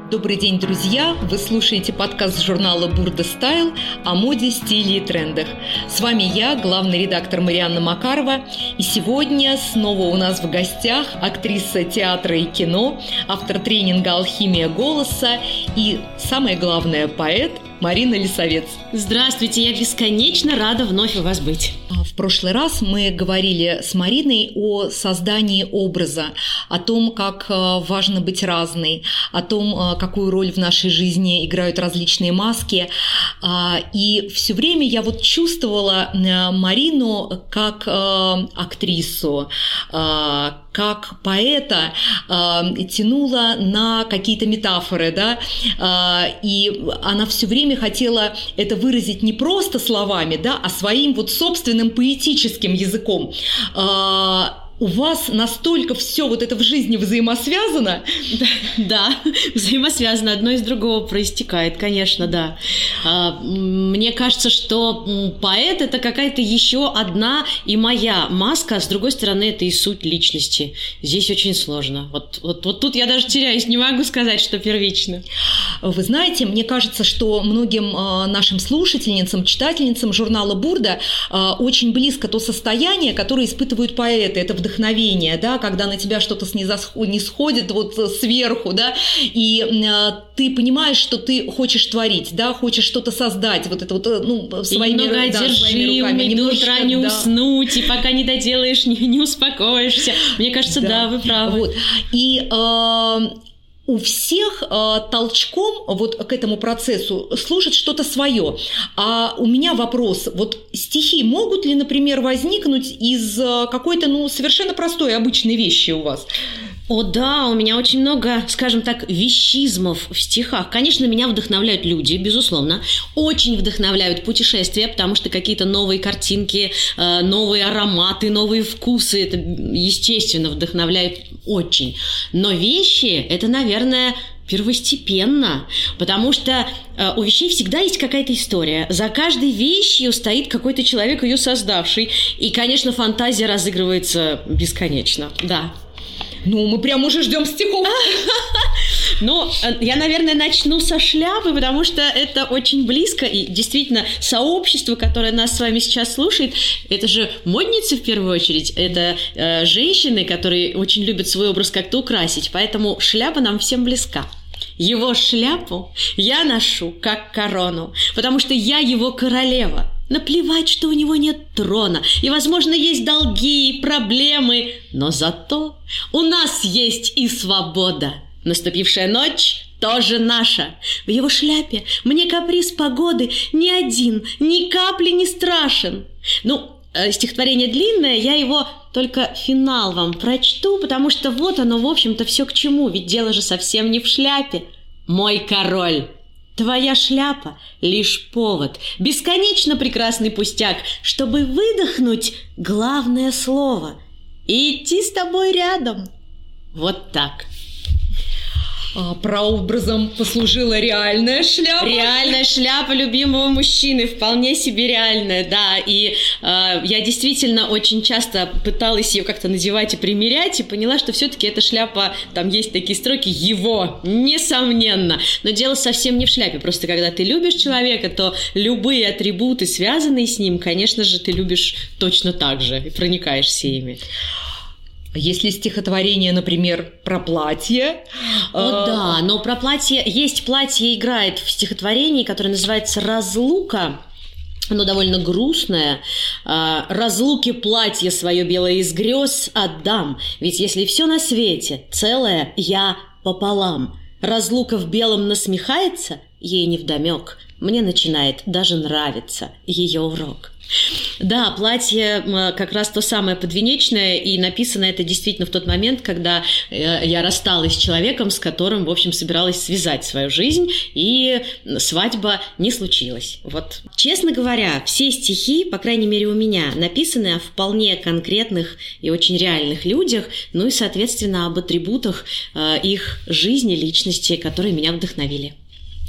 Добрый день, друзья! Вы слушаете подкаст журнала «Бурда Стайл» о моде, стиле и трендах. С вами я, главный редактор Марианна Макарова. И сегодня снова у нас в гостях актриса театра и кино, автор тренинга «Алхимия голоса» и, самое главное, поэт Марина Лисовец. Здравствуйте, я бесконечно рада вновь у вас быть. В прошлый раз мы говорили с Мариной о создании образа, о том, как важно быть разной, о том, какую роль в нашей жизни играют различные маски. И все время я вот чувствовала Марину как актрису, как поэта, тянула на какие-то метафоры, да, и она все время хотела это выразить не просто словами, да, а своим вот собственным поэтическим языком. У вас настолько все вот это в жизни взаимосвязано? Да, взаимосвязано, одно из другого проистекает, конечно, да. Мне кажется, что поэт – это какая-то еще одна и моя маска, а с другой стороны, это и суть личности. Здесь очень сложно. Вот тут я даже теряюсь, не могу сказать, что первично. Вы знаете, мне кажется, что многим нашим слушательницам, читательницам журнала «Бурда» очень близко то состояние, которое испытывают поэты. Это вдохновение, да, когда на тебя что-то не сходит вот сверху, да, и ты понимаешь, что ты хочешь творить, да, хочешь что-то создать, вот это вот, своими, своими руками. Немножко до утра не уснуть, и пока не доделаешь, не успокоишься. Мне кажется, да, вы правы. Вот. И у всех толчком вот к этому процессу служит что-то свое. А у меня вопрос, вот стихи могут ли, например, возникнуть из какой-то, совершенно простой, обычной вещи у вас? О да, у меня очень много, скажем так, вещизмов в стихах. Конечно, меня вдохновляют люди, безусловно. Очень вдохновляют путешествия, потому что какие-то новые картинки, новые ароматы, новые вкусы, это, естественно, вдохновляет очень. Но вещи – это, наверное, первостепенно, потому что у вещей всегда есть какая-то история. За каждой вещью стоит какой-то человек, ее создавший. И, конечно, фантазия разыгрывается бесконечно, да. Мы прям уже ждем стихов. Я, наверное, начну со шляпы, потому что это очень близко. И действительно, сообщество, которое нас с вами сейчас слушает, это же модницы в первую очередь. Это женщины, которые очень любят свой образ как-то украсить. Поэтому шляпа нам всем близка. Его шляпу я ношу как корону, потому что я его королева. Наплевать, что у него нет трона, и, возможно, есть долги и проблемы, но зато у нас есть и свобода. Наступившая ночь тоже наша. В его шляпе мне каприз погоды ни один, ни капли не страшен. Стихотворение длинное, я его только финал вам прочту, потому что вот оно, в общем-то, все к чему, ведь дело же совсем не в шляпе. Мой король, твоя шляпа — лишь повод, бесконечно прекрасный пустяк, чтобы выдохнуть главное слово и идти с тобой рядом. Вот так. Прообразом послужила реальная шляпа. Реальная шляпа любимого мужчины, вполне себе реальная, да. И я действительно очень часто пыталась ее как-то надевать и примерять, и поняла, что все-таки эта шляпа, там есть такие строки, его, несомненно. Но дело совсем не в шляпе, просто когда ты любишь человека, то любые атрибуты, связанные с ним, конечно же, ты любишь точно так же и проникаешься ими. Если стихотворение, например, про платье. Да, но про платье есть платье играет в стихотворении, которое называется «Разлука». Оно довольно грустное. «Разлуке платье свое белое из грез отдам, ведь если все на свете целое, я пополам. Разлука в белом насмехается, ей невдомек. Мне начинает даже нравиться ее урок». Да, платье как раз то самое подвенечное, и написано это действительно в тот момент, когда я рассталась с человеком, с которым, в общем, собиралась связать свою жизнь, и свадьба не случилась. Вот. Честно говоря, все стихи, по крайней мере у меня, написаны о вполне конкретных и очень реальных людях, и, соответственно, об атрибутах их жизни, личности, которые меня вдохновили.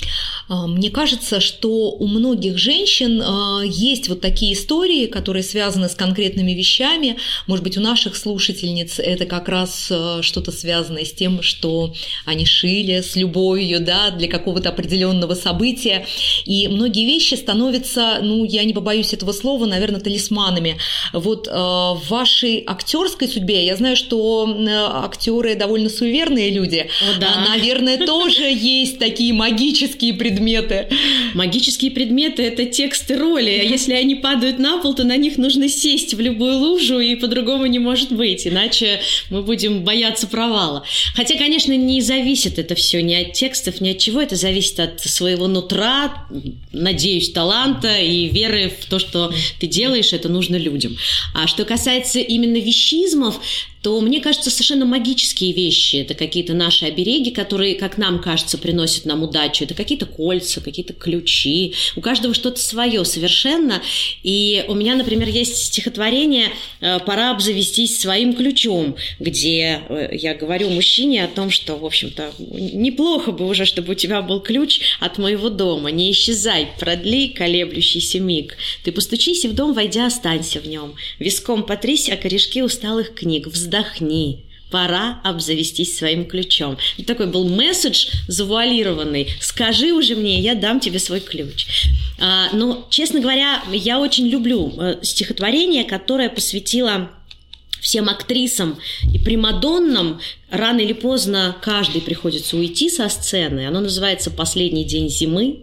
Мне кажется, что у многих женщин есть вот такие истории, которые связаны с конкретными вещами. Может быть, у наших слушательниц это как раз что-то связанное с тем, что они шили с любовью, да, для какого-то определенного события. И многие вещи становятся, я не побоюсь этого слова, наверное, талисманами. Вот в вашей актерской судьбе, я знаю, что актеры довольно суеверные люди. О, да. Наверное, тоже есть такие магические предметы. Магические предметы – это тексты роли. А если они падают на пол, то на них нужно сесть в любую лужу, и по-другому не может быть. Иначе мы будем бояться провала. Хотя, конечно, не зависит это все ни от текстов, ни от чего. Это зависит от своего нутра, надеюсь, таланта и веры в то, что ты делаешь, это нужно людям. А что касается именно вещизмов, то, мне кажется, совершенно магические вещи. Это какие-то наши обереги, которые, как нам кажется, приносят нам удачу. Это какие-то кольца, какие-то ключи. У каждого что-то свое совершенно. И у меня, например, есть стихотворение «Пора обзавестись своим ключом», где я говорю мужчине о том, что, в общем-то, неплохо бы уже, чтобы у тебя был ключ от моего дома. Не исчезай, продли колеблющийся миг. Ты постучись, и в дом, войдя, останься в нем. Виском потрись о корешки усталых книг. Вздохни, пора обзавестись своим ключом. И такой был месседж завуалированный. Скажи уже мне, я дам тебе свой ключ. Но, честно говоря, я очень люблю стихотворение, которое посвятила всем актрисам и примадоннам. Рано или поздно каждой приходится уйти со сцены. Оно называется «Последний день зимы».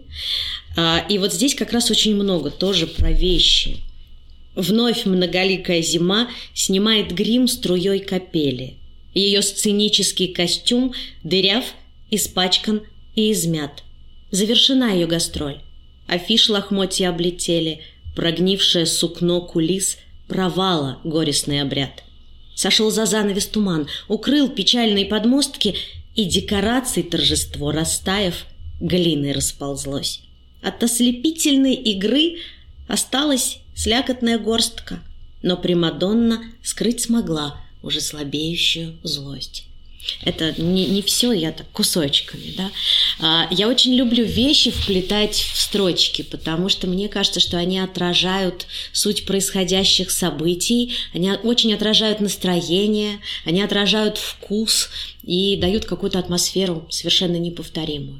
И вот здесь как раз очень много тоже про вещи. Вновь многоликая зима снимает грим струей капели. Ее сценический костюм дыряв, испачкан и измят. Завершена ее гастроль. Афиш лохмотья облетели, прогнившее сукно кулис провала горестный обряд. Сошел за занавес туман, укрыл печальные подмостки, и декораций торжество, растаяв, глиной расползлось. От ослепительной игры осталась слякотная горстка, но примадонна скрыть смогла уже слабеющую злость. Это не все, я так кусочками, да. Я очень люблю вещи вплетать в строчки, потому что мне кажется, что они отражают суть происходящих событий, они очень отражают настроение, они отражают вкус и дают какую-то атмосферу совершенно неповторимую.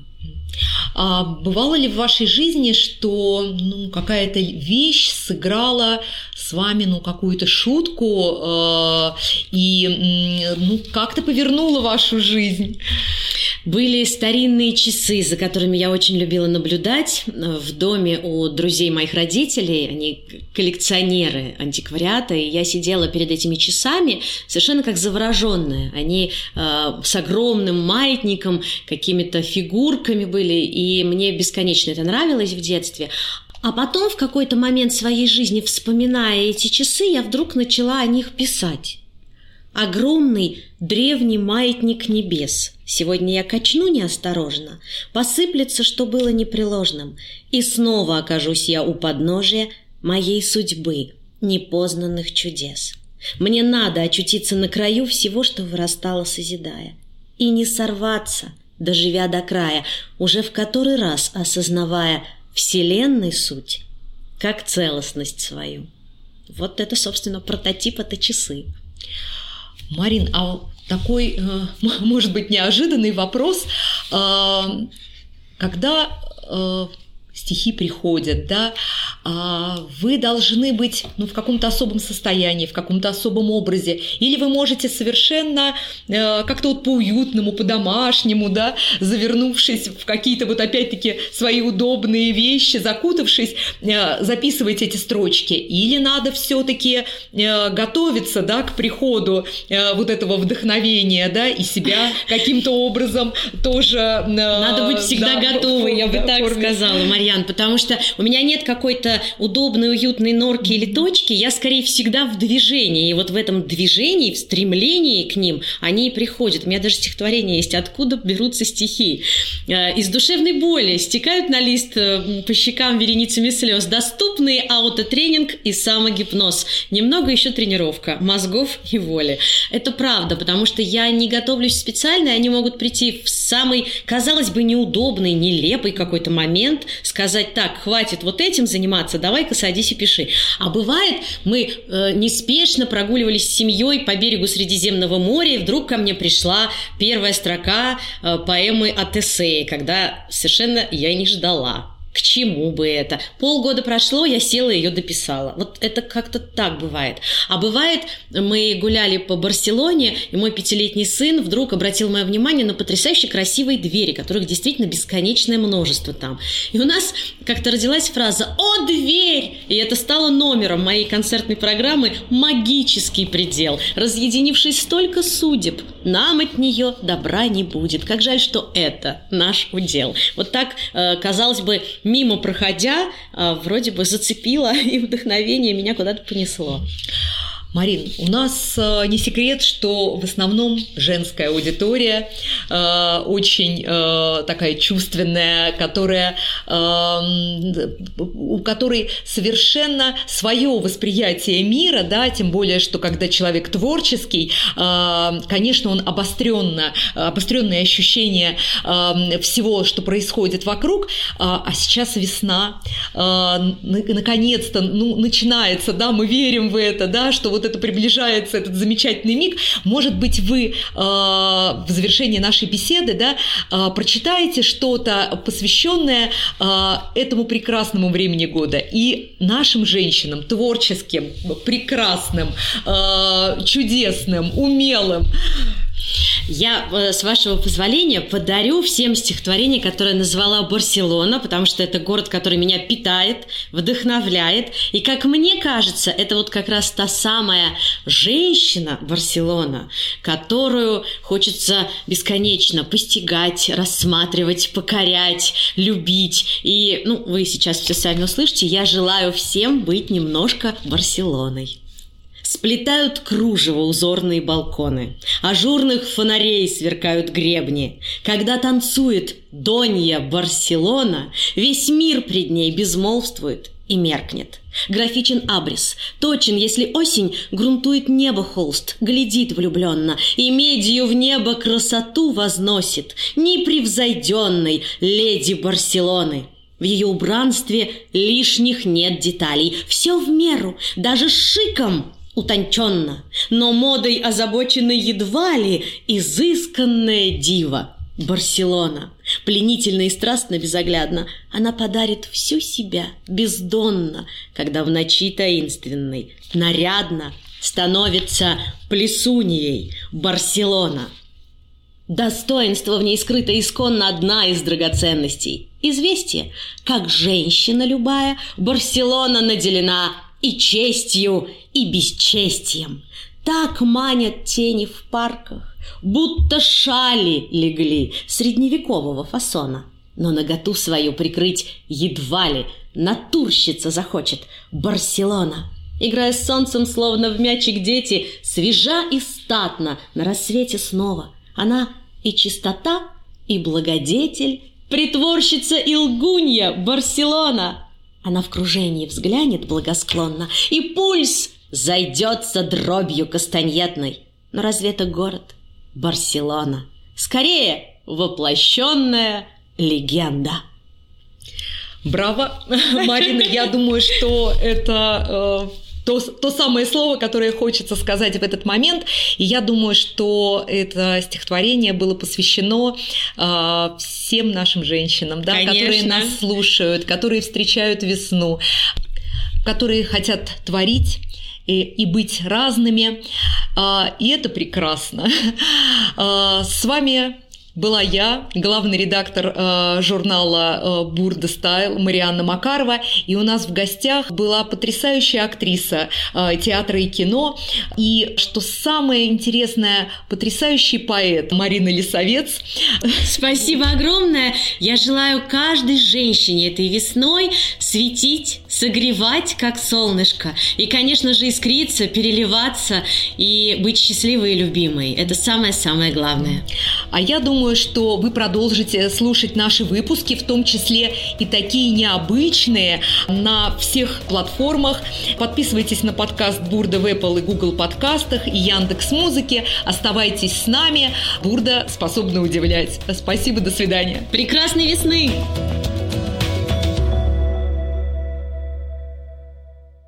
А бывало ли в вашей жизни, что какая-то вещь сыграла с вами какую-то шутку и как-то повернула вашу жизнь? Были старинные часы, за которыми я очень любила наблюдать. В доме у друзей моих родителей, они коллекционеры антиквариата, и я сидела перед этими часами совершенно как завороженная. Они с огромным маятником, какими-то фигурками были, и мне бесконечно это нравилось в детстве. А потом в какой-то момент своей жизни, вспоминая эти часы, я вдруг начала о них писать. Огромный древний маятник небес. Сегодня я качну неосторожно, посыплется, что было непреложным, и снова окажусь я у подножия моей судьбы, непознанных чудес. Мне надо очутиться на краю всего, что вырастало, созидая, и не сорваться, доживя до края, уже в который раз осознавая вселенной суть, как целостность свою. Вот это, собственно, прототип — это часы. Марин, а такой, может быть, неожиданный вопрос. Когда стихи приходят, да, вы должны быть в каком-то особом состоянии, в каком-то особом образе, или вы можете совершенно как-то по-уютному, по-домашнему, да, завернувшись в какие-то опять-таки свои удобные вещи, закутавшись, записывать эти строчки, или надо все-таки готовиться, да, к приходу этого вдохновения, да, и себя каким-то образом тоже... Надо быть всегда готовой, я бы так сказала, Мария. Аян, потому что у меня нет какой-то удобной, уютной норки или точки, я скорее всегда в движении, и вот в этом движении, в стремлении к ним они и приходят. У меня даже стихотворение есть «Откуда берутся стихи». Из душевной боли стекают на лист по щекам вереницами слез доступный аутотренинг и самогипноз. Немного еще тренировка мозгов и воли. Это правда, потому что я не готовлюсь специально, и они могут прийти в самый, казалось бы, неудобный, нелепый какой-то момент, сказать: так, хватит вот этим заниматься, давай-ка садись и пиши. А бывает, мы неспешно прогуливались с семьей по берегу Средиземного моря, и вдруг ко мне пришла первая строка поэмы о Тесее, когда совершенно я не ждала. К чему бы это? Полгода прошло, я села и ее дописала. Вот это как-то так бывает. А бывает, мы гуляли по Барселоне, и мой 5-летний сын вдруг обратил мое внимание на потрясающе красивые двери, которых действительно бесконечное множество там. И у нас как-то родилась фраза «О, дверь!» И это стало номером моей концертной программы «Магический предел», разъединивший столько судеб. Нам от нее добра не будет. Как жаль, что это наш удел. Вот так, казалось бы, мимо проходя, вроде бы зацепило, и вдохновение меня куда-то понесло. Марин, у нас не секрет, что в основном женская аудитория, очень такая чувственная, у которой совершенно свое восприятие мира, да, тем более, что когда человек творческий, конечно, он обостренные ощущения всего, что происходит вокруг, а сейчас весна, наконец-то, начинается, да, мы верим в это, да, что вот это приближается, этот замечательный миг. Может быть, вы в завершении нашей беседы, да, прочитаете что-то, посвященное этому прекрасному времени года и нашим женщинам, творческим, прекрасным, чудесным, умелым. Я, с вашего позволения, подарю всем стихотворение, которое назвала Барселона, потому что это город, который меня питает, вдохновляет. И, как мне кажется, это вот как раз та самая женщина Барселона, которую хочется бесконечно постигать, рассматривать, покорять, любить. И, вы сейчас все сами услышите, я желаю всем быть немножко Барселоной. Сплетают кружево узорные балконы, ажурных фонарей сверкают гребни. Когда танцует Донья Барселона, весь мир пред ней безмолвствует и меркнет. Графичен абрис, точен, если осень грунтует небо холст, глядит влюбленно и медью в небо красоту возносит непревзойденной леди Барселоны. В ее убранстве лишних нет деталей, все в меру, даже шиком утонченно, но модой озабоченной едва ли изысканная дива Барселона. Пленительно и страстно безоглядно она подарит всю себя бездонно, когда в ночи таинственной нарядно становится плесуньей Барселона. Достоинство в ней скрыто исконно одна из драгоценностей. Известие, как женщина любая, Барселона наделена и честью, и бесчестием. Так манят тени в парках, будто шали легли средневекового фасона. Но наготу свою прикрыть едва ли натурщица захочет Барселона. Играя с солнцем, словно в мячик дети, свежа и статна на рассвете снова. Она и чистота, и благодетель, притворщица и лгунья Барселона. Она в кружении взглянет благосклонно, и пульс зайдется дробью кастаньетной. Но разве это город? Барселона. Скорее, воплощенная легенда. Браво, Марина, я думаю, что это то самое слово, которое хочется сказать в этот момент. И я думаю, что это стихотворение было посвящено всем нашим женщинам, да, которые нас слушают, которые встречают весну, которые хотят творить и быть разными. И это прекрасно. С вами была я, главный редактор журнала «Бурда Стайл» Марианна Макарова, и у нас в гостях была потрясающая актриса театра и кино, и, что самое интересное, потрясающий поэт Марина Лисовец. Спасибо огромное! Я желаю каждой женщине этой весной светить, согревать, как солнышко, и, конечно же, искриться, переливаться и быть счастливой и любимой. Это самое-самое главное. А я думаю, что вы продолжите слушать наши выпуски, в том числе и такие необычные, на всех платформах. Подписывайтесь на подкаст Бурда в Apple и Google подкастах и Яндекс.Музыке. Оставайтесь с нами. Бурда способна удивлять. Спасибо, до свидания. Прекрасной весны!